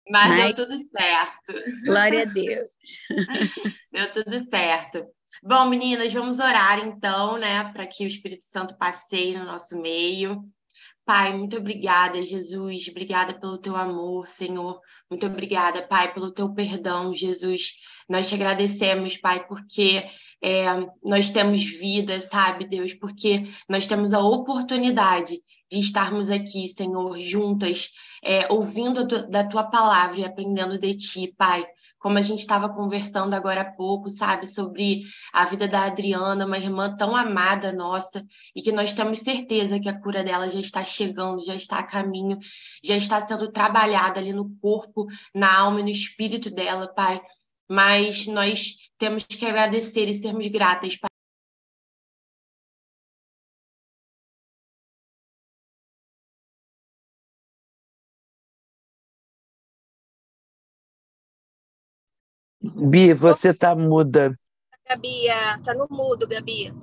Mas deu Mas tudo certo. glória a Deus. Deu tudo certo. Bom, meninas, vamos orar então, né, para que o Espírito Santo passeie no nosso meio. Pai, muito obrigada, Jesus. Obrigada pelo teu amor, Senhor. Muito obrigada, Pai, pelo teu perdão, Jesus. Nós te agradecemos, Pai, porque é, nós temos vida, sabe, Deus? Porque nós temos a oportunidade de estarmos aqui, Senhor, juntas, ouvindo da tua palavra e aprendendo de ti, Pai. Como a gente estava conversando agora há pouco, sabe, sobre a vida da Adriana, uma irmã tão amada nossa e que nós temos certeza que a cura dela já está chegando, já está a caminho, já está sendo trabalhada ali no corpo, na alma e no espírito dela, Pai. Mas nós temos que agradecer e sermos gratas, Pai. Bi, você está muda. Gabi, tá no mudo, Gabi.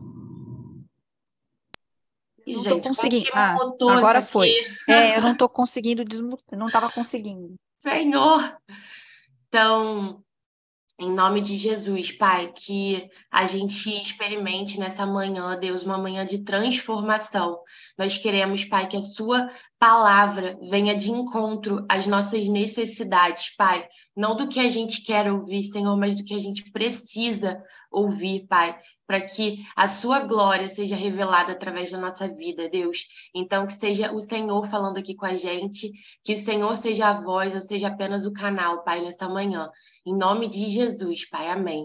E, Não tô gente, como conseguindo. que mutou isso Agora aqui? foi. Eu não tô conseguindo desmutar, não estava conseguindo. Senhor! Então, em nome de Jesus, Pai, que a gente experimente nessa manhã, Deus, uma manhã de transformação. Nós queremos, Pai, que a Sua palavra venha de encontro às nossas necessidades, Pai. Não do que a gente quer ouvir, Senhor, mas do que a gente precisa ouvir, Pai, para que a Sua glória seja revelada através da nossa vida, Deus. Então, que seja o Senhor falando aqui com a gente, que o Senhor seja a voz, ou seja apenas o canal, Pai, nessa manhã. Em nome de Jesus, Pai. Amém.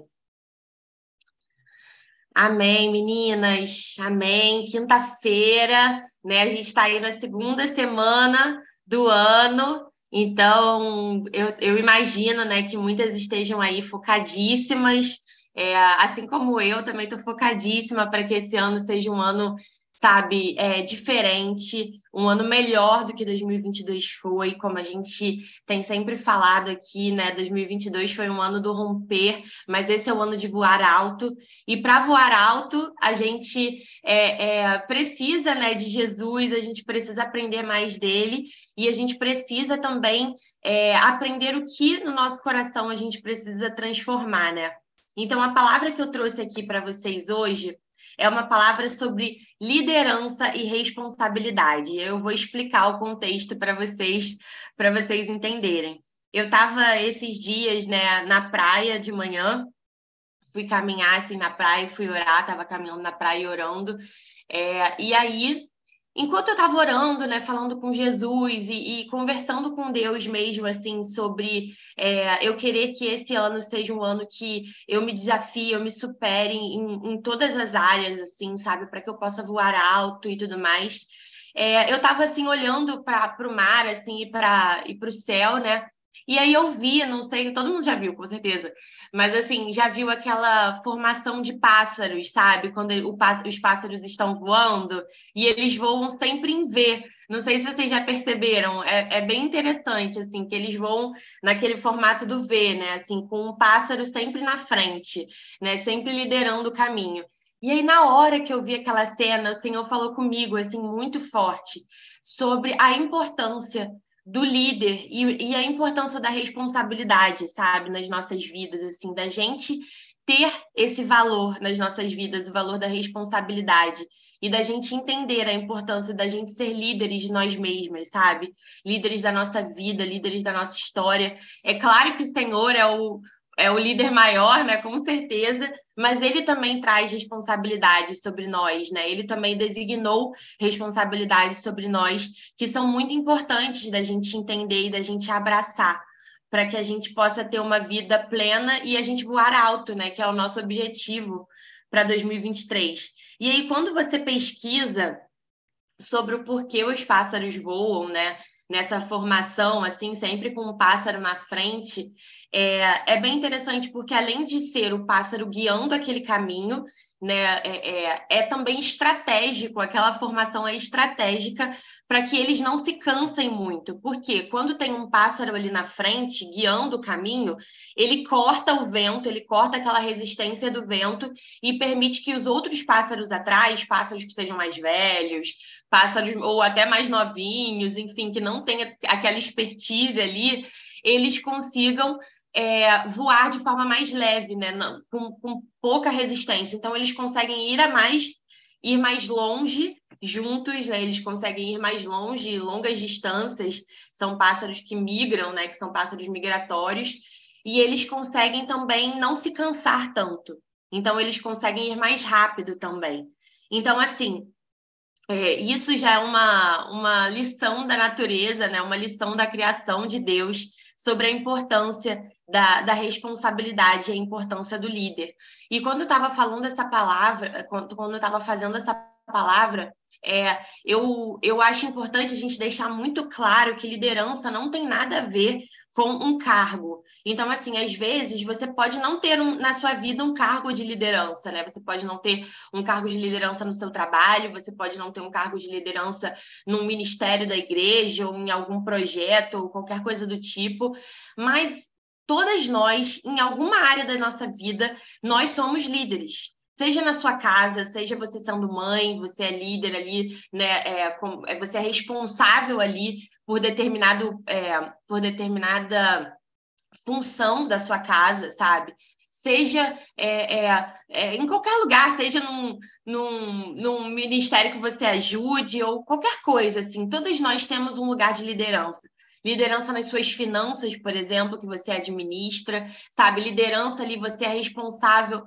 Amém, meninas. Amém. Quinta-feira, né? A gente está aí na segunda semana do ano. Então, eu imagino, né, que muitas estejam aí focadíssimas. Assim como eu, também estou focadíssima para que esse ano seja um ano, sabe, diferente, um ano melhor do que 2022 foi, como a gente tem sempre falado aqui, né? 2022 foi um ano do romper, mas esse é o ano de voar alto. E para voar alto, a gente precisa, né, de Jesus, a gente precisa aprender mais dele e a gente precisa também aprender o que no nosso coração a gente precisa transformar, né? Então, a palavra que eu trouxe aqui para vocês hoje é uma palavra sobre liderança e responsabilidade. Eu vou explicar o contexto para vocês entenderem. Eu estava esses dias, né, na praia de manhã, fui caminhar assim na praia, fui orar, estava caminhando na praia e orando. E aí, enquanto eu estava orando, né, falando com Jesus e conversando com Deus mesmo, assim, sobre eu querer que esse ano seja um ano que eu me desafie, eu me supere em todas as áreas, assim, sabe, para que eu possa voar alto e tudo mais. Eu estava assim olhando para o mar, assim, e para o céu, né? E aí eu vi, não sei, todo mundo já viu, com certeza, mas assim, já viu aquela formação de pássaros, sabe? Quando os pássaros estão voando e eles voam sempre em V. Não sei se vocês já perceberam, é bem interessante, assim, que eles voam naquele formato do V, né? Assim, com um pássaro sempre na frente, né? Sempre liderando o caminho. E aí, na hora que eu vi aquela cena, o Senhor falou comigo, assim, muito forte, sobre a importância do líder e a importância da responsabilidade, sabe, nas nossas vidas, assim, da gente ter esse valor nas nossas vidas, o valor da responsabilidade e da gente entender a importância da gente ser líderes de nós mesmas, sabe? Líderes da nossa vida, líderes da nossa história. É claro que o Senhor é o líder maior, né? Com certeza, mas ele também traz responsabilidades sobre nós, né? Ele também designou responsabilidades sobre nós que são muito importantes da gente entender e da gente abraçar, para que a gente possa ter uma vida plena e a gente voar alto, né? Que é o nosso objetivo para 2023. E aí, quando você pesquisa sobre o porquê os pássaros voam, né? Nessa formação, assim, sempre com um pássaro na frente, é bem interessante porque além de ser o pássaro guiando aquele caminho, né, é também estratégico, aquela formação é estratégica para que eles não se cansem muito, porque quando tem um pássaro ali na frente, guiando o caminho, ele corta o vento, ele corta aquela resistência do vento e permite que os outros pássaros atrás, pássaros que sejam mais velhos, pássaros ou até mais novinhos, enfim, que não tenha aquela expertise ali, eles consigam voar de forma mais leve, né? Com pouca resistência. Então, eles conseguem ir mais longe juntos, né? Eles conseguem ir mais longe, longas distâncias. São pássaros que migram, né? Que são pássaros migratórios. E eles conseguem também não se cansar tanto. Então, eles conseguem ir mais rápido também. Então, assim, isso já é uma lição da natureza, né? Uma lição da criação de Deus sobre a importância da responsabilidade e a importância do líder. E quando eu estava falando essa palavra, quando eu estava fazendo essa palavra, eu acho importante a gente deixar muito claro que liderança não tem nada a ver com um cargo. Então, assim, às vezes você pode não ter na sua vida um cargo de liderança, né? Você pode não ter um cargo de liderança no seu trabalho, você pode não ter um cargo de liderança num ministério da igreja ou em algum projeto ou qualquer coisa do tipo, mas todas nós, em alguma área da nossa vida, nós somos líderes. Seja na sua casa, seja você sendo mãe, você é líder ali, né? Você é responsável ali por determinada função da sua casa, sabe? Seja em qualquer lugar, seja num ministério que você ajude ou qualquer coisa, assim. Todas nós temos um lugar de liderança. Liderança nas suas finanças, por exemplo, que você administra, sabe? Liderança ali, você é responsável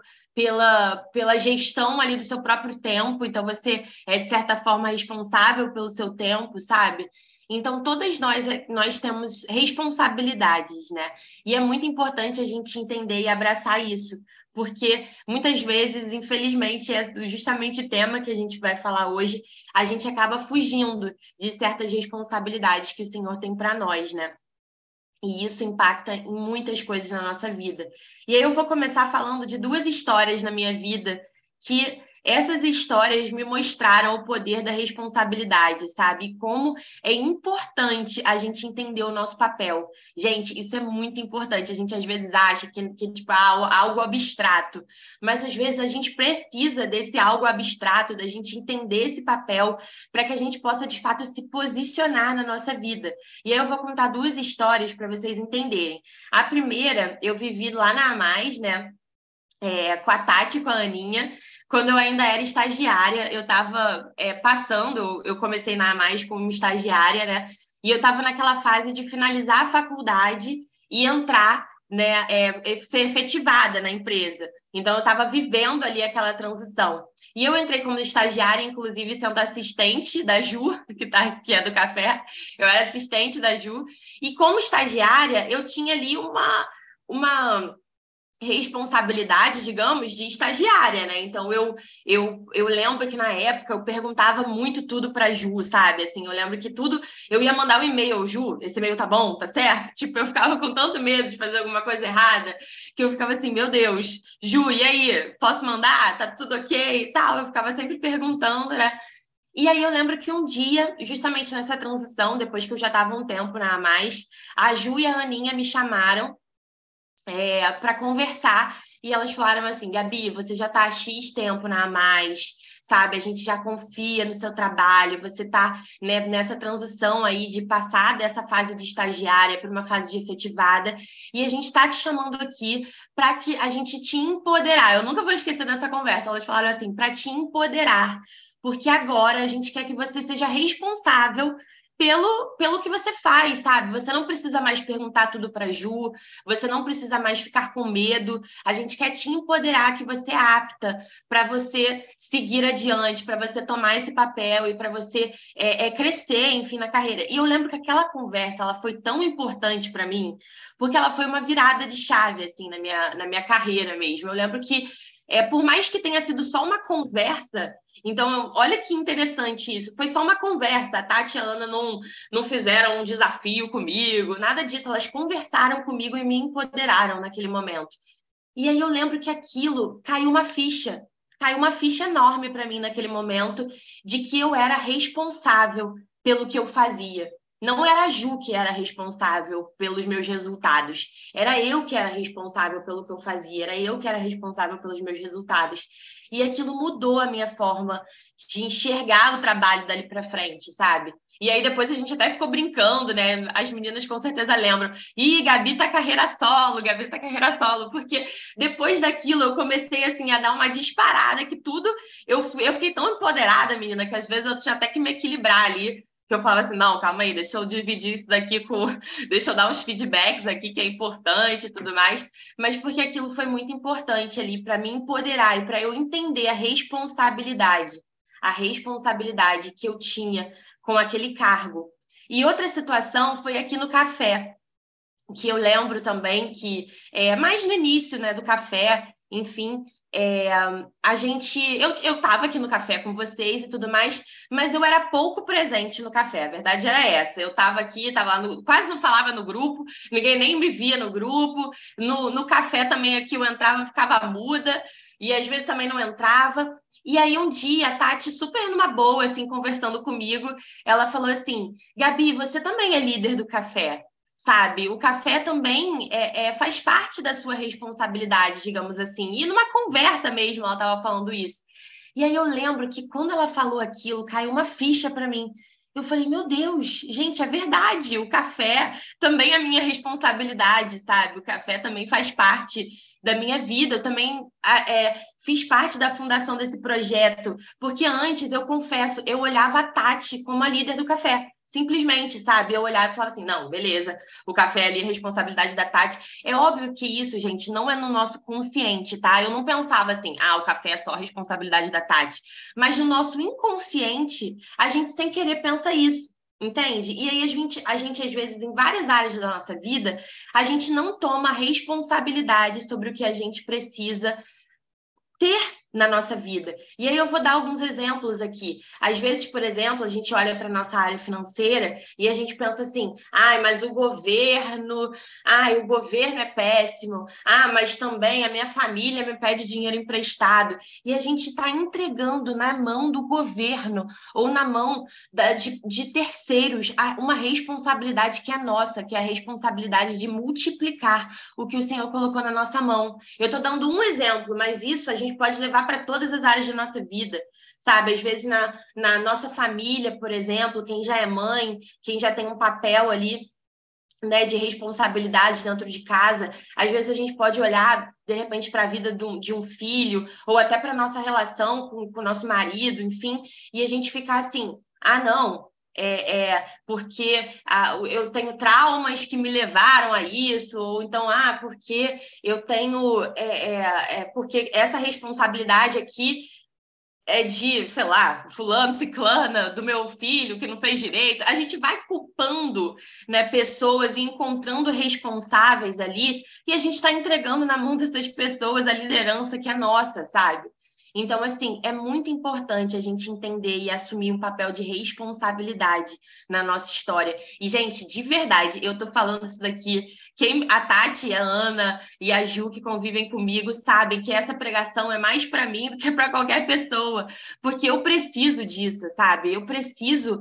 pela gestão ali do seu próprio tempo, então você é, de certa forma, responsável pelo seu tempo, sabe? Então, todas nós temos responsabilidades, né? E é muito importante a gente entender e abraçar isso, porque muitas vezes, infelizmente, é justamente o tema que a gente vai falar hoje, a gente acaba fugindo de certas responsabilidades que o Senhor tem para nós, né? E isso impacta em muitas coisas na nossa vida. E aí eu vou começar falando de 2 histórias na minha vida que essas histórias me mostraram o poder da responsabilidade, sabe? E como é importante a gente entender o nosso papel. Gente, isso é muito importante. A gente às vezes acha que tipo, algo abstrato, mas às vezes a gente precisa desse algo abstrato, da gente entender esse papel para que a gente possa, de fato, se posicionar na nossa vida. E aí eu vou contar 2 histórias para vocês entenderem. A primeira, eu vivi lá na AMAIS, né? Com a Tati e com a Aninha, quando eu ainda era estagiária, eu estava passando, eu comecei na AMAIS como estagiária, né? E eu estava naquela fase de finalizar a faculdade e entrar, né? Ser efetivada na empresa. Então, eu estava vivendo ali aquela transição. E eu entrei como estagiária, inclusive sendo assistente da Ju, que é do café. Eu era assistente da Ju. E como estagiária, eu tinha ali uma responsabilidade, digamos, de estagiária, né? Então, eu lembro que na época eu perguntava muito tudo pra Ju, sabe? Assim, eu lembro que tudo... Eu ia mandar um e-mail, Ju, esse e-mail tá bom, tá certo? Tipo, eu ficava com tanto medo de fazer alguma coisa errada, que eu ficava assim, meu Deus, Ju, e aí? Posso mandar? Tá tudo ok e tal? Eu ficava sempre perguntando, né? E aí eu lembro que um dia, justamente nessa transição, depois que eu já estava um tempo na AMAIS, a Ju e a Aninha me chamaram para conversar, e elas falaram assim, Gabi, você já está há X tempo na AMAIS, sabe? A gente já confia no seu trabalho, você está, né, nessa transição aí de passar dessa fase de estagiária para uma fase de efetivada, e a gente está te chamando aqui para que a gente te empoderar. Eu nunca vou esquecer dessa conversa, elas falaram assim, para te empoderar, porque agora a gente quer que você seja responsável pelo que você faz, sabe? Você não precisa mais perguntar tudo para Ju, você não precisa mais ficar com medo. A gente quer te empoderar que você é apta para você seguir adiante, para você tomar esse papel e para você crescer, enfim, na carreira. E eu lembro que aquela conversa, ela foi tão importante para mim, porque ela foi uma virada de chave, assim, na minha carreira mesmo. Eu lembro que, por mais que tenha sido só uma conversa, então, olha que interessante isso. Foi só uma conversa. A Tati e a Ana não fizeram um desafio comigo, nada disso. Elas conversaram comigo e me empoderaram naquele momento. E aí eu lembro que aquilo caiu uma ficha enorme para mim naquele momento de que eu era responsável pelo que eu fazia. não era a Ju que era responsável pelos meus resultados. Era eu que era responsável pelo que eu fazia. Era eu que era responsável pelos meus resultados. E aquilo mudou a minha forma de enxergar o trabalho dali para frente, sabe? E aí depois a gente até ficou brincando, né? As meninas com certeza lembram. Ih, Gabi tá carreira solo, Gabi tá carreira solo. Porque depois daquilo eu comecei, assim, a dar uma disparada que tudo... Eu fiquei tão empoderada, menina, que às vezes eu tinha até que me equilibrar ali. Que eu falava assim, não, calma aí, deixa eu dividir isso daqui com... Deixa eu dar uns feedbacks aqui que é importante e tudo mais. Mas porque aquilo foi muito importante ali para me empoderar e para eu entender a responsabilidade que eu tinha com aquele cargo. E outra situação foi aqui no café, que eu lembro também que, mais no início, né, do café, enfim, eu estava aqui no café com vocês e tudo mais, mas eu era pouco presente no café, a verdade era essa. Eu estava aqui, estava lá, quase não falava no grupo, ninguém nem me via no grupo, no café também aqui eu entrava, ficava muda, e às vezes também não entrava. E aí um dia, a Tati, super numa boa, assim, conversando comigo, ela falou assim, Gabi, você também é líder do café, sabe? O café também faz parte da sua responsabilidade, digamos assim. E numa conversa mesmo, ela estava falando isso. E aí eu lembro que quando ela falou aquilo, caiu uma ficha para mim. Eu falei, meu Deus, gente, é verdade. O café também é minha responsabilidade, sabe? O café também faz parte da minha vida. Eu também fiz parte da fundação desse projeto, porque antes, eu confesso, eu olhava a Tati como a líder do café. Simplesmente, sabe? Eu olhava e falava assim, não, beleza, o café ali é responsabilidade da Tati. É óbvio que isso, gente, não é no nosso consciente, tá? Eu não pensava assim, o café é só responsabilidade da Tati. Mas no nosso inconsciente, a gente sem querer pensa isso. Entende? E aí a gente, às vezes, em várias áreas da nossa vida, a gente não toma responsabilidade sobre o que a gente precisa ter na nossa vida. E aí eu vou dar alguns exemplos aqui. Às vezes, por exemplo, a gente olha para a nossa área financeira e a gente pensa assim, mas o governo é péssimo. Mas também a minha família me pede dinheiro emprestado. E a gente está entregando na mão do governo ou na mão de terceiros uma responsabilidade que é nossa, que é a responsabilidade de multiplicar o que o Senhor colocou na nossa mão. Eu estou dando um exemplo, mas isso a gente pode levar para todas as áreas da nossa vida, sabe? Às vezes na nossa família, por exemplo, quem já é mãe, quem já tem um papel ali, né, de responsabilidade dentro de casa, às vezes a gente pode olhar, de repente, para a vida de um filho, ou até para a nossa relação com o nosso marido, enfim, e a gente ficar assim, não, porque eu tenho traumas que me levaram a isso, ou então, porque eu tenho, porque essa responsabilidade aqui é de, sei lá, fulano, ciclana, do meu filho que não fez direito. A gente vai culpando, né, pessoas e encontrando responsáveis ali, e a gente está entregando na mão dessas pessoas a liderança que é nossa, sabe? Então, assim, é muito importante a gente entender e assumir um papel de responsabilidade na nossa história. E, gente, de verdade, eu tô falando isso daqui. A Tati, a Ana e a Ju, que convivem comigo, sabem que essa pregação é mais para mim do que para qualquer pessoa, porque eu preciso disso, sabe? Eu preciso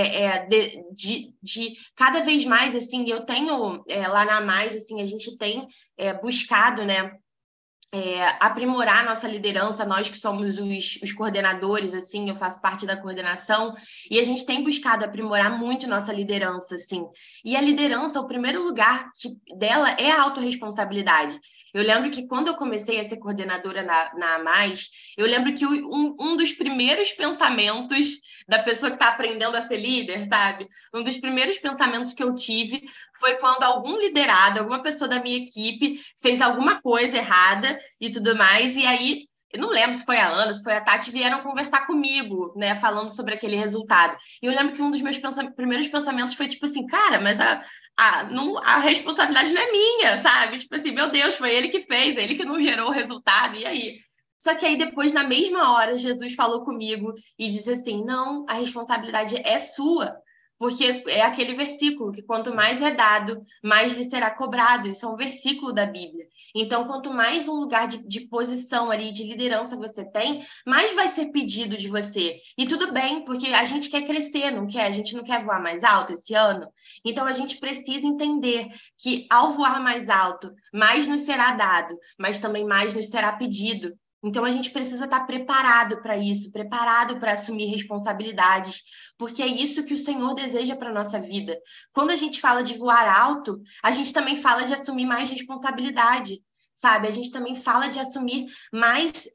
de cada vez mais, assim, eu tenho lá na Mais, assim, a gente tem buscado, né, aprimorar a nossa liderança, nós que somos os coordenadores, assim, eu faço parte da coordenação, e a gente tem buscado aprimorar muito nossa liderança, assim. E a liderança, o primeiro lugar dela é a autorresponsabilidade. Eu lembro que quando eu comecei a ser coordenadora na Mais, eu lembro que um dos primeiros pensamentos da pessoa que está aprendendo a ser líder, sabe? Um dos primeiros pensamentos que eu tive foi quando algum liderado, alguma pessoa da minha equipe fez alguma coisa errada e tudo mais, e aí, eu não lembro se foi a Ana, se foi a Tati, vieram conversar comigo, né, falando sobre aquele resultado. E eu lembro que um dos meus primeiros pensamentos foi tipo assim, cara, mas a responsabilidade não é minha, sabe? Tipo assim, meu Deus, foi ele que fez, ele que não gerou o resultado, e aí? Só que aí depois, na mesma hora, Jesus falou comigo e disse assim, não, a responsabilidade é sua, porque é aquele versículo que quanto mais é dado, mais lhe será cobrado. Isso é um versículo da Bíblia. Então, quanto mais um lugar de posição ali, de liderança você tem, mais vai ser pedido de você. E tudo bem, porque a gente quer crescer, não quer? A gente não quer voar mais alto esse ano. Então, a gente precisa entender que ao voar mais alto, mais nos será dado, mas também mais nos será pedido. Então, a gente precisa estar preparado para isso, preparado para assumir responsabilidades, porque é isso que o Senhor deseja para a nossa vida. Quando a gente fala de voar alto, a gente também fala de assumir mais responsabilidade, sabe? A gente também fala de assumir mais,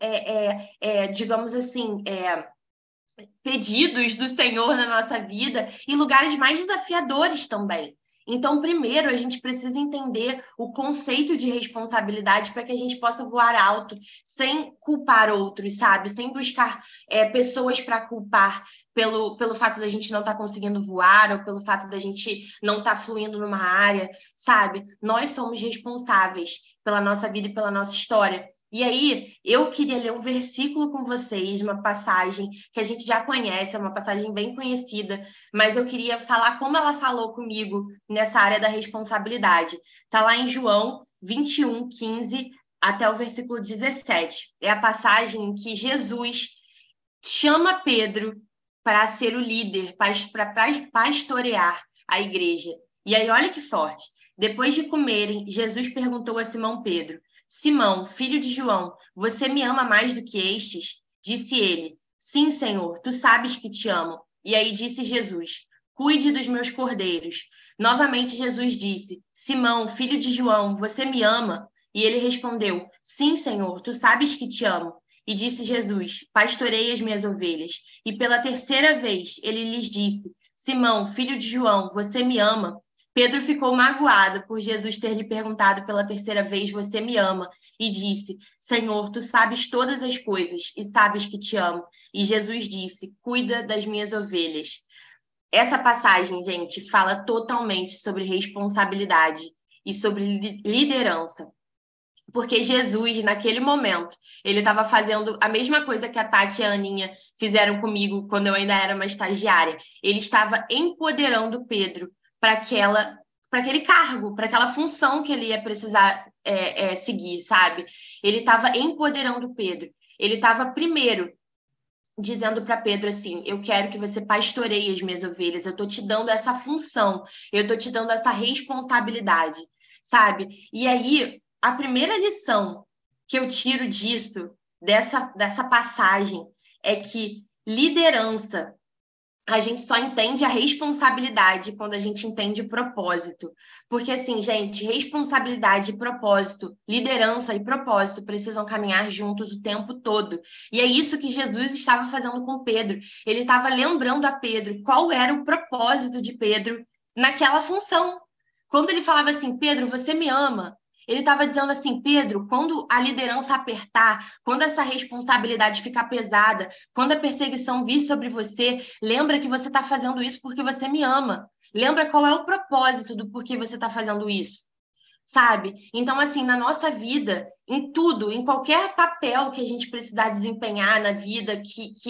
digamos assim, pedidos do Senhor na nossa vida e lugares mais desafiadores também. Então, primeiro, a gente precisa entender o conceito de responsabilidade para que a gente possa voar alto, sem culpar outros, sabe? Sem buscar pessoas para culpar pelo fato da gente não estar conseguindo voar ou pelo fato da gente não estar fluindo numa área, sabe? Nós somos responsáveis pela nossa vida e pela nossa história. E aí, eu queria ler um versículo com vocês, uma passagem que a gente já conhece, é uma passagem bem conhecida, mas eu queria falar como ela falou comigo nessa área da responsabilidade. Está lá em João 21:15 até o versículo 17. É a passagem em que Jesus chama Pedro para ser o líder, para pastorear a igreja. E aí, olha que forte. Depois de comerem, Jesus perguntou a Simão Pedro: Simão, filho de João, você me ama mais do que estes? Disse ele: Sim, Senhor, tu sabes que te amo. E aí disse Jesus: Cuide dos meus cordeiros. Novamente Jesus disse: Simão, filho de João, você me ama? E ele respondeu: Sim, Senhor, tu sabes que te amo. E disse Jesus: Pastorei as minhas ovelhas. E pela terceira vez ele lhes disse: Simão, filho de João, você me ama? Pedro ficou magoado por Jesus ter lhe perguntado pela terceira vez: Você me ama? E disse: Senhor, tu sabes todas as coisas e sabes que te amo. E Jesus disse: Cuida das minhas ovelhas. Essa passagem, gente, fala totalmente sobre responsabilidade e sobre liderança. Porque Jesus, naquele momento, ele estava fazendo a mesma coisa que a Tati e a Aninha fizeram comigo quando eu ainda era uma estagiária. Ele estava empoderando Pedro para aquele cargo, para aquela função que ele ia precisar seguir, sabe? Ele estava empoderando Pedro. Ele estava primeiro dizendo para Pedro assim: eu quero que você pastoreie as minhas ovelhas, eu estou te dando essa função, eu estou te dando essa responsabilidade, sabe? E aí, a primeira lição que eu tiro disso, dessa passagem, é que liderança, a gente só entende a responsabilidade quando a gente entende o propósito. Porque, assim, gente, responsabilidade e propósito, liderança e propósito precisam caminhar juntos o tempo todo. E é isso que Jesus estava fazendo com Pedro. Ele estava lembrando a Pedro qual era o propósito de Pedro naquela função. Quando ele falava assim: Pedro, você me ama. Ele estava dizendo assim: Pedro, quando a liderança apertar, quando essa responsabilidade ficar pesada, quando a perseguição vir sobre você, lembra que você está fazendo isso porque você me ama. Lembra qual é o propósito do porquê você está fazendo isso, sabe? Então, assim, na nossa vida, em tudo, em qualquer papel que a gente precisar desempenhar na vida,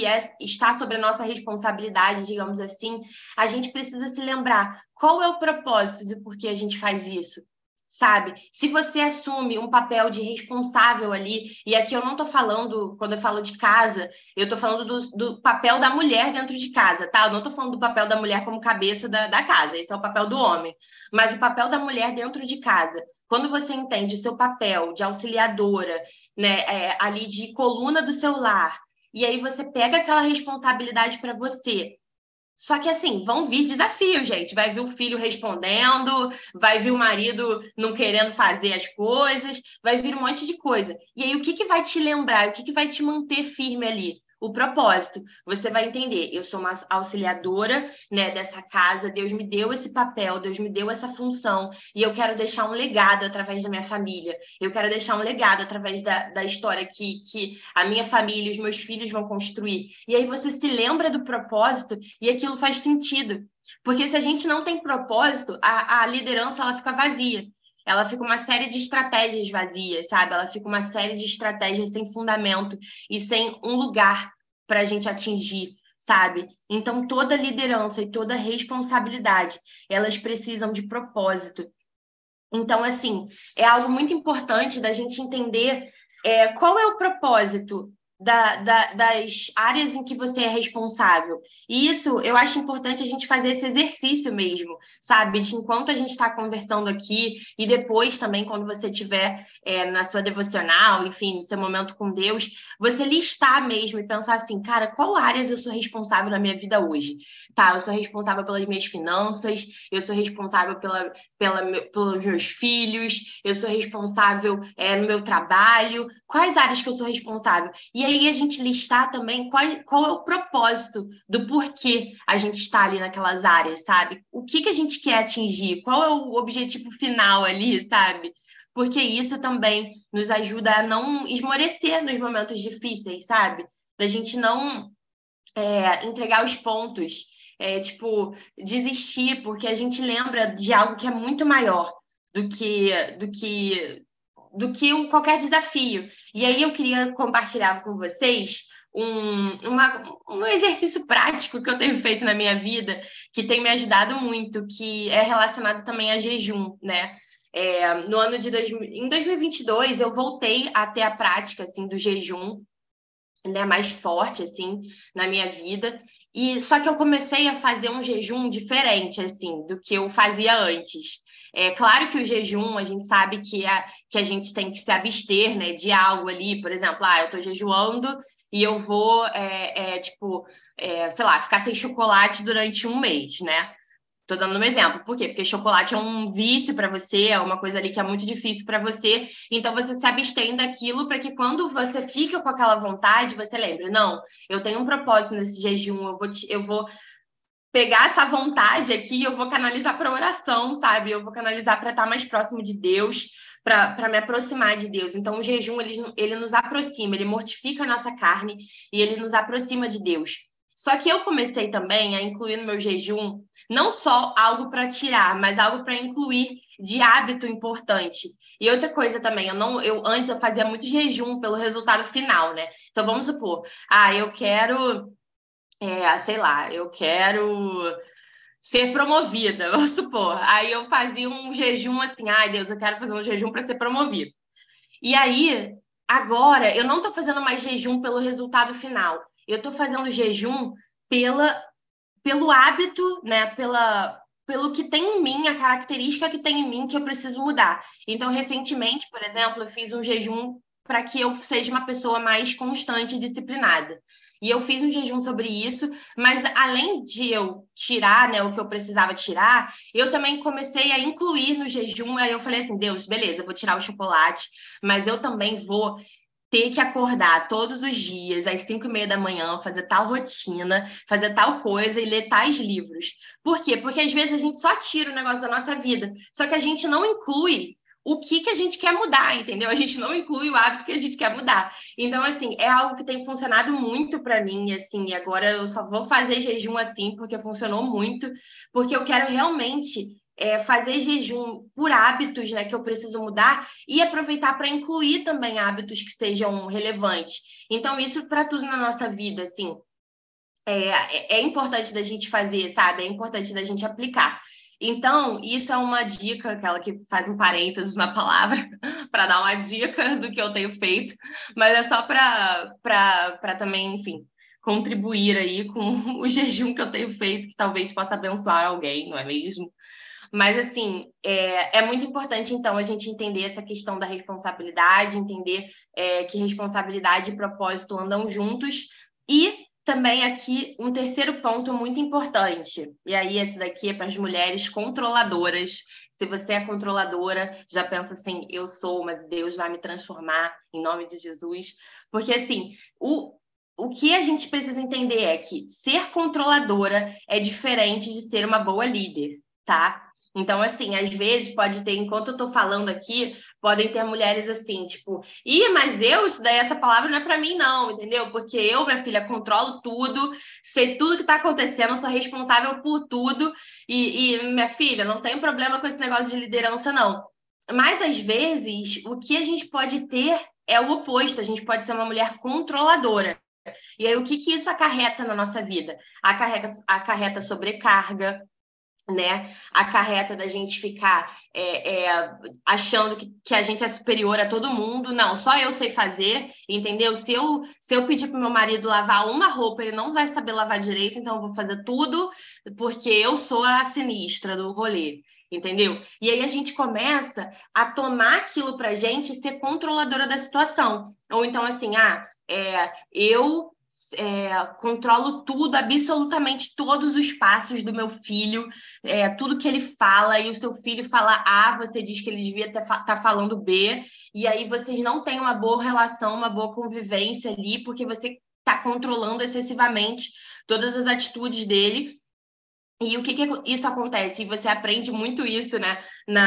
está sobre a nossa responsabilidade, digamos assim, a gente precisa se lembrar qual é o propósito do porquê a gente faz isso. Sabe? Se você assume um papel de responsável ali, e aqui eu não estou falando, quando eu falo de casa, eu estou falando do papel da mulher dentro de casa, tá? Eu não estou falando do papel da mulher como cabeça da casa, esse é o papel do homem. Mas o papel da mulher dentro de casa, quando você entende o seu papel de auxiliadora, né, ali de coluna do seu lar, e aí você pega aquela responsabilidade para você. Só que assim, vão vir desafios, gente. Vai vir o filho respondendo, vai vir o marido não querendo fazer as coisas, vai vir um monte de coisa. E aí, o que vai te lembrar? O que vai te manter firme ali? O propósito. Você vai entender: eu sou uma auxiliadora, né, dessa casa, Deus me deu esse papel, Deus me deu essa função, e eu quero deixar um legado através da minha família. Eu quero deixar um legado através da história que a minha família e os meus filhos vão construir. E aí você se lembra do propósito e aquilo faz sentido. Porque se a gente não tem propósito, a liderança ela fica vazia. Ela fica uma série de estratégias vazias, sabe? Ela fica uma série de estratégias sem fundamento e sem um lugar para a gente atingir, sabe? Então, toda liderança e toda responsabilidade, elas precisam de propósito. Então, assim, é algo muito importante da gente entender qual é o propósito das áreas em que você é responsável. E isso, eu acho importante a gente fazer esse exercício mesmo, sabe? De enquanto a gente está conversando aqui e depois também, quando você estiver na sua devocional, enfim, no seu momento com Deus, você listar mesmo e pensar assim, cara, qual áreas eu sou responsável na minha vida hoje? Tá, eu sou responsável pelas minhas finanças, eu sou responsável pelos meus filhos, eu sou responsável no meu trabalho, quais áreas que eu sou responsável? E aí a gente listar também qual é o propósito do porquê a gente está ali naquelas áreas, sabe? O que a gente quer atingir? Qual é o objetivo final ali, sabe? Porque isso também nos ajuda a não esmorecer nos momentos difíceis, sabe? Da gente não entregar os pontos, tipo, desistir, porque a gente lembra de algo que é muito maior do que qualquer desafio. E aí eu queria compartilhar com vocês um exercício prático que eu tenho feito na minha vida, que tem me ajudado muito, que é relacionado também a jejum, né? No ano em 2022, eu voltei a ter a prática assim, do jejum, né, mais forte assim na minha vida, e só que eu comecei a fazer um jejum diferente assim do que eu fazia antes. É claro que o jejum a gente sabe que a gente tem que se abster, né, de algo ali, por exemplo, eu tô jejuando e eu vou tipo, sei lá, ficar sem chocolate durante um mês, né? Tô dando um exemplo. Por quê? Porque chocolate é um vício para você, é uma coisa ali que é muito difícil para você. Então, você se abstém daquilo para que quando você fica com aquela vontade, você lembre, não, eu tenho um propósito nesse jejum, eu vou pegar essa vontade aqui, eu vou canalizar para oração, sabe? Eu vou canalizar para estar mais próximo de Deus, para me aproximar de Deus. Então, o jejum, ele nos aproxima, ele mortifica a nossa carne e ele nos aproxima de Deus. Só que eu comecei também a incluir no meu jejum não só algo para tirar, mas algo para incluir de hábito importante. E outra coisa também, antes eu fazia muito jejum pelo resultado final, né? Então vamos supor, eu quero, sei lá, eu quero ser promovida, vamos supor. Aí eu fazia um jejum assim, ai Deus, eu quero fazer um jejum para ser promovido. E aí, agora, eu não estou fazendo mais jejum pelo resultado final. Eu estou fazendo jejum pelo hábito, né? Pelo que tem em mim, a característica que tem em mim que eu preciso mudar. Então, recentemente, por exemplo, eu fiz um jejum para que eu seja uma pessoa mais constante e disciplinada. E eu fiz um jejum sobre isso, mas além de eu tirar, né, o que eu precisava tirar, eu também comecei a incluir no jejum. Aí eu falei assim, Deus, beleza, eu vou tirar o chocolate, mas eu também vou ter que acordar todos os dias, às 5:30 da manhã, fazer tal rotina, fazer tal coisa e ler tais livros. Por quê? Porque às vezes a gente só tira o negócio da nossa vida, só que a gente não inclui o que a gente quer mudar, entendeu? A gente não inclui o hábito que a gente quer mudar. Então, assim, é algo que tem funcionado muito para mim, assim, agora eu só vou fazer jejum assim, porque funcionou muito, porque eu quero realmente fazer jejum por hábitos, né, que eu preciso mudar e aproveitar para incluir também hábitos que sejam relevantes. Então, isso para tudo na nossa vida, assim, é importante da gente fazer, sabe? É importante da gente aplicar. Então, isso é uma dica, aquela que faz um parênteses na palavra, para dar uma dica do que eu tenho feito, mas é só para também, enfim, contribuir aí com o jejum que eu tenho feito, que talvez possa abençoar alguém, não é mesmo? Mas, assim, é muito importante, então, a gente entender essa questão da responsabilidade, entender que responsabilidade e propósito andam juntos. E também aqui um terceiro ponto muito importante. E aí, esse daqui é para as mulheres controladoras. Se você é controladora, já pensa assim, eu sou, mas Deus vai me transformar em nome de Jesus. Porque, assim, o que a gente precisa entender é que ser controladora é diferente de ser uma boa líder, tá? Então, assim, às vezes pode ter, enquanto eu tô falando aqui, podem ter mulheres assim, tipo, mas isso daí, essa palavra não é para mim, não, entendeu? Porque eu, minha filha, controlo tudo, sei tudo que tá acontecendo, sou responsável por tudo, minha filha, não tem problema com esse negócio de liderança, não. Mas, às vezes, o que a gente pode ter é o oposto, a gente pode ser uma mulher controladora. E aí, o que isso acarreta na nossa vida? Acarreta sobrecarga, né? Acarreta da gente ficar achando que a gente é superior a todo mundo. Não, só eu sei fazer, entendeu? Se eu pedir pro meu marido lavar uma roupa, ele não vai saber lavar direito, então eu vou fazer tudo porque eu sou a sinistra do rolê. Entendeu? E aí a gente começa a tomar aquilo pra gente e ser controladora da situação. Ou então, assim, eu controlo tudo, absolutamente todos os passos do meu filho, tudo que ele fala, e o seu filho fala A, você diz que ele devia estar falando B, e aí vocês não têm uma boa relação, uma boa convivência ali, porque você está controlando excessivamente todas as atitudes dele. E o que isso acontece? E você aprende muito isso, né?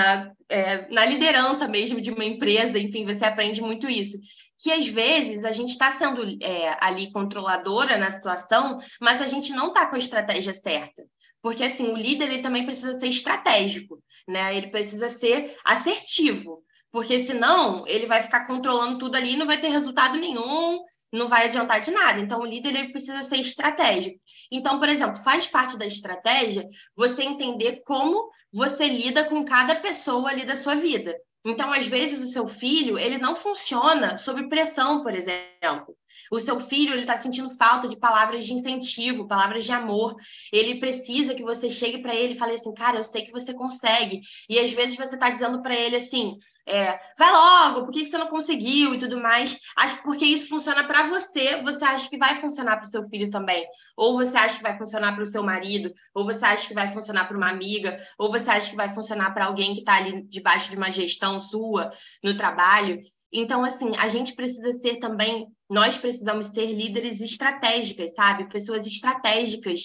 Na liderança mesmo de uma empresa, enfim, você aprende muito isso. Que às vezes a gente está sendo ali controladora na situação, mas a gente não está com a estratégia certa. Porque assim, o líder ele também precisa ser estratégico, né? Ele precisa ser assertivo. Porque senão ele vai ficar controlando tudo ali e não vai ter resultado nenhum, não vai adiantar de nada. Então, o líder ele precisa ser estratégico. Então, por exemplo, faz parte da estratégia você entender como você lida com cada pessoa ali da sua vida. Então, às vezes, o seu filho, ele não funciona sob pressão, por exemplo. O seu filho, ele está sentindo falta de palavras de incentivo, palavras de amor. Ele precisa que você chegue para ele e fale assim, cara, eu sei que você consegue. E, às vezes, você está dizendo para ele assim, vai logo, por que você não conseguiu e tudo mais? Acho que porque isso funciona para você, você acha que vai funcionar para o seu filho também. Ou você acha que vai funcionar para o seu marido, ou você acha que vai funcionar para uma amiga, ou você acha que vai funcionar para alguém que está ali debaixo de uma gestão sua no trabalho. Então, assim, a gente precisa ser também, nós precisamos ser líderes estratégicas, sabe? Pessoas estratégicas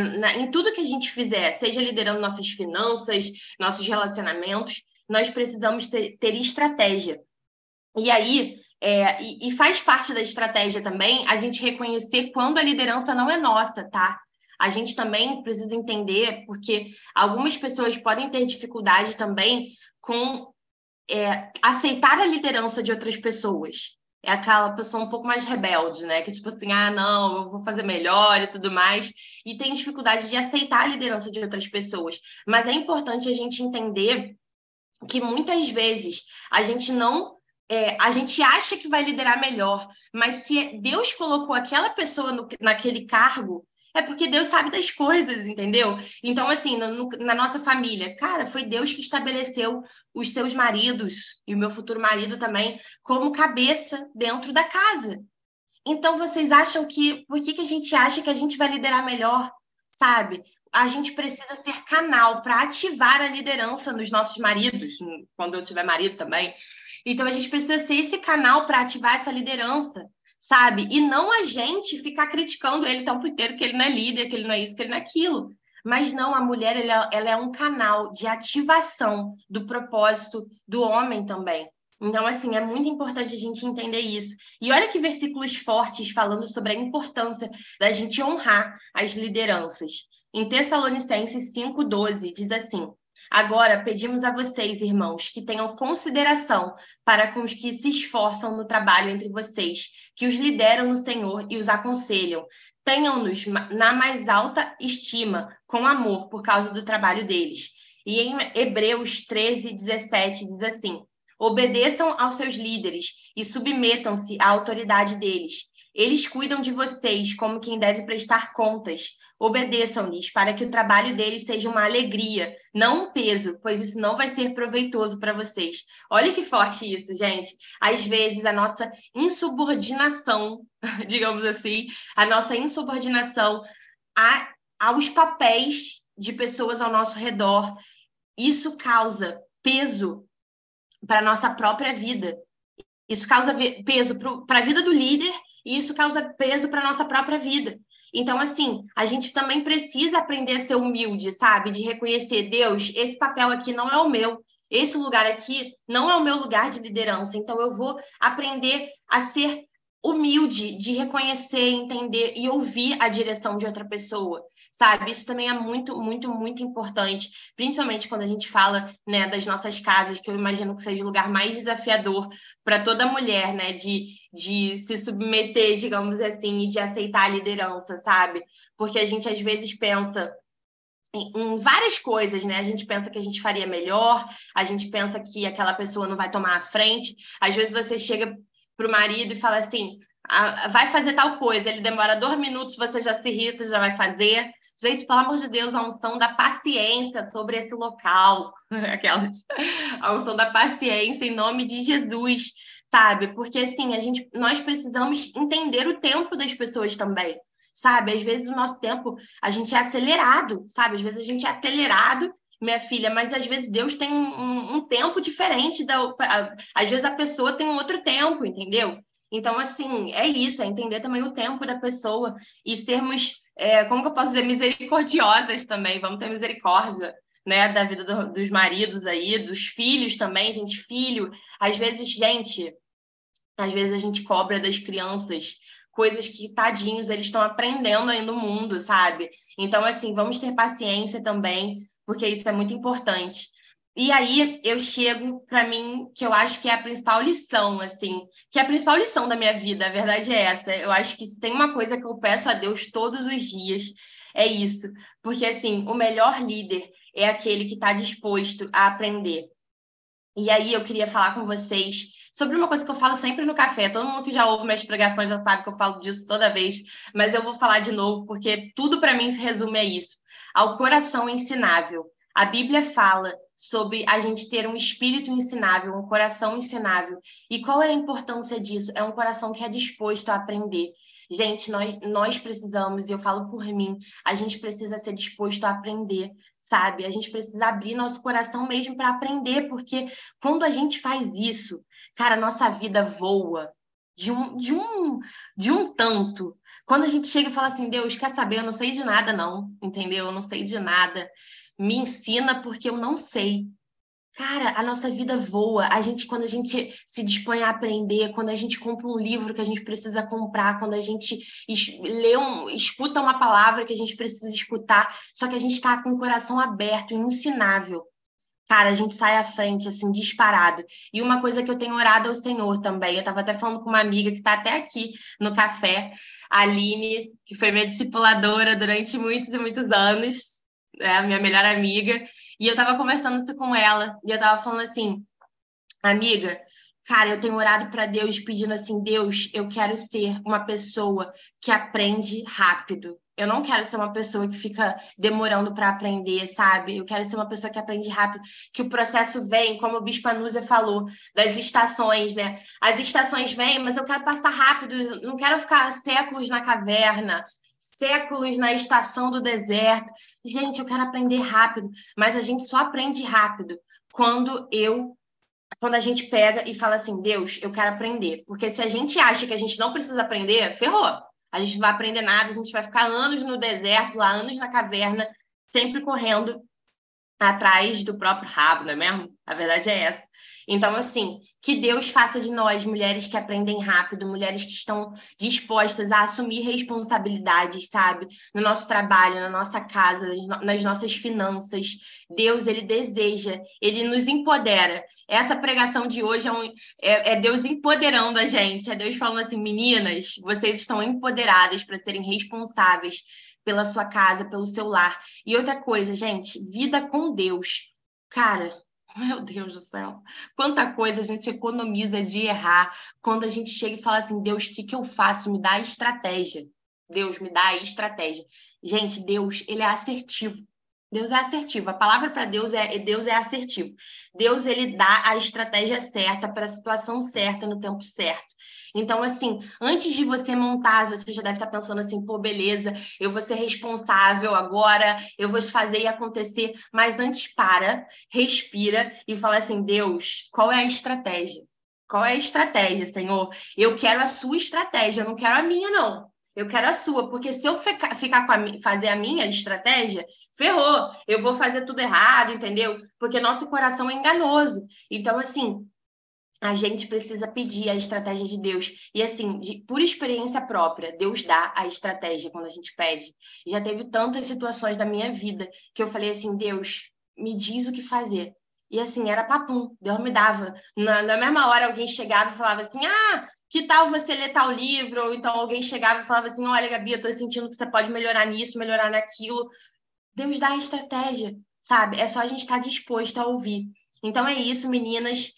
em tudo que a gente fizer, seja liderando nossas finanças, nossos relacionamentos, nós precisamos ter estratégia. E aí, e faz parte da estratégia também a gente reconhecer quando a liderança não é nossa, tá? A gente também precisa entender, porque algumas pessoas podem ter dificuldade também com aceitar a liderança de outras pessoas. É aquela pessoa um pouco mais rebelde, né? Que tipo assim, não, eu vou fazer melhor e tudo mais. E tem dificuldade de aceitar a liderança de outras pessoas. Mas é importante a gente entender que muitas vezes a gente não... a gente acha que vai liderar melhor, mas se Deus colocou aquela pessoa naquele cargo, é porque Deus sabe das coisas, entendeu? Então, assim, na nossa família, cara, foi Deus que estabeleceu os seus maridos, e o meu futuro marido também, como cabeça dentro da casa. Então, vocês acham que... Por que a gente acha que a gente vai liderar melhor, sabe? A gente precisa ser canal para ativar a liderança nos nossos maridos, quando eu tiver marido também. Então, a gente precisa ser esse canal para ativar essa liderança, sabe? E não a gente ficar criticando ele o tempo inteiro que ele não é líder, que ele não é isso, que ele não é aquilo. Mas não, a mulher, ela é um canal de ativação do propósito do homem também. Então, assim, é muito importante a gente entender isso. E olha que versículos fortes falando sobre a importância da gente honrar as lideranças. Em Tessalonicenses 5:12, diz assim: agora pedimos a vocês, irmãos, que tenham consideração para com os que se esforçam no trabalho entre vocês, que os lideram no Senhor e os aconselham. Tenham-nos na mais alta estima, com amor, por causa do trabalho deles. E em Hebreus 13:17 diz assim: obedeçam aos seus líderes e submetam-se à autoridade deles. Eles cuidam de vocês como quem deve prestar contas. Obedeçam-lhes para que o trabalho deles seja uma alegria, não um peso, pois isso não vai ser proveitoso para vocês. Olha que forte isso, gente. Às vezes, a nossa insubordinação, digamos assim, a nossa insubordinação aos papéis de pessoas ao nosso redor, isso causa peso para a nossa própria vida. Isso causa peso para a vida do líder e isso causa peso para a nossa própria vida. Então, assim, a gente também precisa aprender a ser humilde, sabe? De reconhecer, Deus, esse papel aqui não é o meu. Esse lugar aqui não é o meu lugar de liderança. Então, eu vou aprender a ser humilde de reconhecer, entender e ouvir a direção de outra pessoa, sabe? Isso também é muito, muito, muito importante, principalmente quando a gente fala, né, das nossas casas, que eu imagino que seja o lugar mais desafiador para toda mulher, né, de se submeter, digamos assim, e de aceitar a liderança, sabe? Porque a gente às vezes pensa em várias coisas, né? A gente pensa que a gente faria melhor, a gente pensa que aquela pessoa não vai tomar a frente. Às vezes você chega pro marido e fala assim: vai fazer tal coisa, ele demora 2 minutos, você já se irrita, já vai fazer. Gente, pelo amor de Deus, a unção da paciência sobre esse local. Aquelas. A unção da paciência em nome de Jesus, sabe? Porque assim, nós precisamos entender o tempo das pessoas também. Sabe, às vezes o nosso tempo, a gente é acelerado, sabe? Às vezes a gente é acelerado, minha filha, mas às vezes Deus tem um tempo diferente. Às vezes a pessoa tem um outro tempo, entendeu? Então, assim, é isso, é entender também o tempo da pessoa e sermos, como que eu posso dizer, misericordiosas também. Vamos ter misericórdia, né, da vida dos maridos aí, dos filhos também, gente. Filho, às vezes, gente, às vezes a gente cobra das crianças coisas que, tadinhos, eles estão aprendendo aí no mundo, sabe? Então, assim, vamos ter paciência também, porque isso é muito importante. E aí eu chego para mim, que eu acho que é a principal lição, assim, que é a principal lição da minha vida, a verdade é essa. Eu acho que se tem uma coisa que eu peço a Deus todos os dias, é isso. Porque, assim, o melhor líder é aquele que está disposto a aprender. E aí eu queria falar com vocês sobre uma coisa que eu falo sempre no café. Todo mundo que já ouve minhas pregações já sabe que eu falo disso toda vez, mas eu vou falar de novo porque tudo para mim se resume a isso, ao coração ensinável. A Bíblia fala sobre a gente ter um espírito ensinável, um coração ensinável. E qual é a importância disso? É um coração que é disposto a aprender. Gente, nós precisamos, e eu falo por mim, a gente precisa ser disposto a aprender, sabe? A gente precisa abrir nosso coração mesmo para aprender, porque quando a gente faz isso, cara, nossa vida voa de um tanto. Quando a gente chega e fala assim, Deus, quer saber? Eu não sei de nada, não, entendeu? Eu não sei de nada. Me ensina porque eu não sei. Cara, a nossa vida voa. Quando a gente se dispõe a aprender, quando a gente compra um livro que a gente precisa comprar, quando a gente escuta uma palavra que a gente precisa escutar, só que a gente está com o coração aberto, ensinável. Cara, a gente sai à frente, assim, disparado. E uma coisa que eu tenho orado ao Senhor também, eu estava até falando com uma amiga que está até aqui no café, a Aline, que foi minha discipuladora durante muitos e muitos anos, a minha melhor amiga, e eu estava conversando isso com ela, e eu estava falando assim, amiga, cara, eu tenho orado para Deus pedindo assim, Deus, eu quero ser uma pessoa que aprende rápido. Eu não quero ser uma pessoa que fica demorando para aprender, sabe? Eu quero ser uma pessoa que aprende rápido, que o processo vem, como o Bispo Anúzia falou, das estações, né? As estações vêm, mas eu quero passar rápido, não quero ficar séculos na caverna, séculos na estação do deserto. Gente, eu quero aprender rápido, mas a gente só aprende rápido quando a gente pega e fala assim, Deus, eu quero aprender. Porque se a gente acha que a gente não precisa aprender, ferrou. A gente não vai aprender nada, a gente vai ficar anos no deserto, lá, anos na caverna, sempre correndo atrás do próprio rabo, não é mesmo? A verdade é essa. Então, assim, que Deus faça de nós mulheres que aprendem rápido, mulheres que estão dispostas a assumir responsabilidades, sabe? No nosso trabalho, na nossa casa, nas nossas finanças. Deus, ele deseja, ele nos empodera. Essa pregação de hoje é Deus empoderando a gente, é Deus falando assim, meninas, vocês estão empoderadas para serem responsáveis pela sua casa, pelo seu lar. E outra coisa, gente, vida com Deus. Cara, meu Deus do céu, quanta coisa a gente economiza de errar quando a gente chega e fala assim, Deus, o que que eu faço? Me dá estratégia. Deus, me dá estratégia. Gente, Deus, ele é assertivo. Deus é assertivo. A palavra para Deus é assertivo. Deus, ele dá a estratégia certa para a situação certa no tempo certo. Então, assim, antes de você montar, você já deve estar pensando assim, pô, beleza, eu vou ser responsável agora, eu vou fazer e acontecer. Mas antes, respira e fala assim, Deus, qual é a estratégia? Qual é a estratégia, Senhor? Eu quero a sua estratégia, eu não quero a minha, não. Eu quero a sua, porque se eu fazer a minha estratégia, ferrou, eu vou fazer tudo errado, entendeu? Porque nosso coração é enganoso. Então, assim, A gente precisa pedir a estratégia de Deus. E assim, por experiência própria, Deus dá a estratégia quando a gente pede. Já teve tantas situações da minha vida que eu falei assim, Deus, me diz o que fazer. E assim, era papum, Deus me dava. Na mesma hora alguém chegava e falava assim, que tal você ler tal livro? Ou então alguém chegava e falava assim, olha, Gabi, eu tô sentindo que você pode melhorar nisso, melhorar naquilo. Deus dá a estratégia, sabe? É só a gente estar disposto a ouvir. Então é isso, meninas.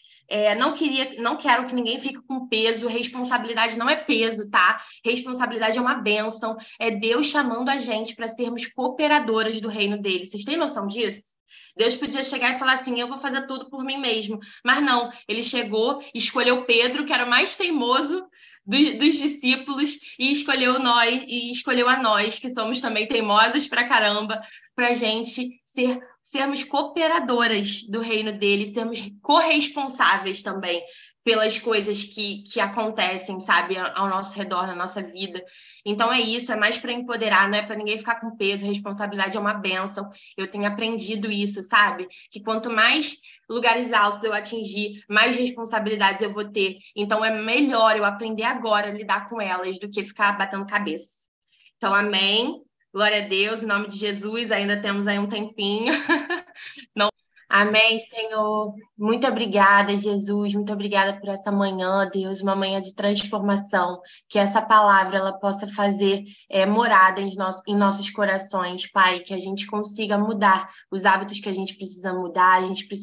Não quero que ninguém fique com peso. Responsabilidade não é peso, tá? Responsabilidade é uma bênção. É Deus chamando a gente para sermos cooperadoras do reino dele. Vocês têm noção disso? Deus podia chegar e falar assim: eu vou fazer tudo por mim mesmo. Mas não, ele chegou, escolheu Pedro, que era o mais teimoso dos discípulos, e escolheu a nós, que somos também teimosas pra caramba, para gente sermos cooperadoras do reino dele, sermos corresponsáveis também pelas coisas que acontecem, sabe, ao nosso redor, na nossa vida. Então é isso, é mais para empoderar, não é para ninguém ficar com peso, responsabilidade é uma bênção. Eu tenho aprendido isso, sabe? Que quanto mais lugares altos eu atingir, mais responsabilidades eu vou ter. Então é melhor eu aprender agora a lidar com elas do que ficar batendo cabeça. Então, amém. Glória a Deus, em nome de Jesus, ainda temos aí um tempinho. Não. Amém, Senhor. Muito obrigada, Jesus. Muito obrigada por essa manhã, Deus, uma manhã de transformação. Que essa palavra ela possa fazer morada em nossos corações, Pai. Que a gente consiga mudar os hábitos que a gente precisa mudar.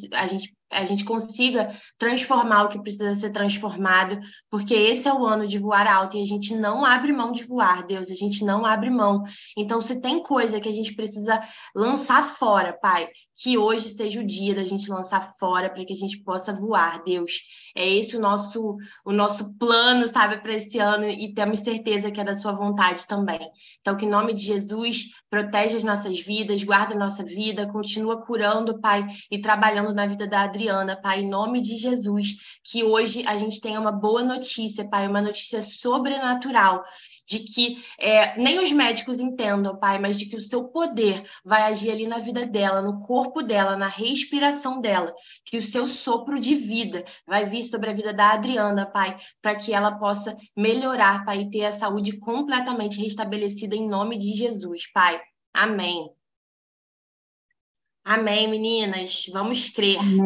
A gente consiga transformar o que precisa ser transformado, porque esse é o ano de voar alto e a gente não abre mão de voar, Deus. A gente não abre mão. Então, se tem coisa que a gente precisa lançar fora, Pai, que hoje seja o dia da gente lançar fora para que a gente possa voar, Deus. É esse o nosso plano, sabe, para esse ano e temos certeza que é da sua vontade também. Então, que em nome de Jesus, protege as nossas vidas, guarda a nossa vida, continua curando, Pai, e trabalhando na vida da Adriana, Pai, em nome de Jesus, que hoje a gente tenha uma boa notícia, Pai, uma notícia sobrenatural, de que nem os médicos entendam, Pai, mas de que o seu poder vai agir ali na vida dela, no corpo dela, na respiração dela, que o seu sopro de vida vai vir sobre a vida da Adriana, Pai, para que ela possa melhorar, Pai, e ter a saúde completamente restabelecida em nome de Jesus, Pai. Amém. Amém, meninas. Vamos crer.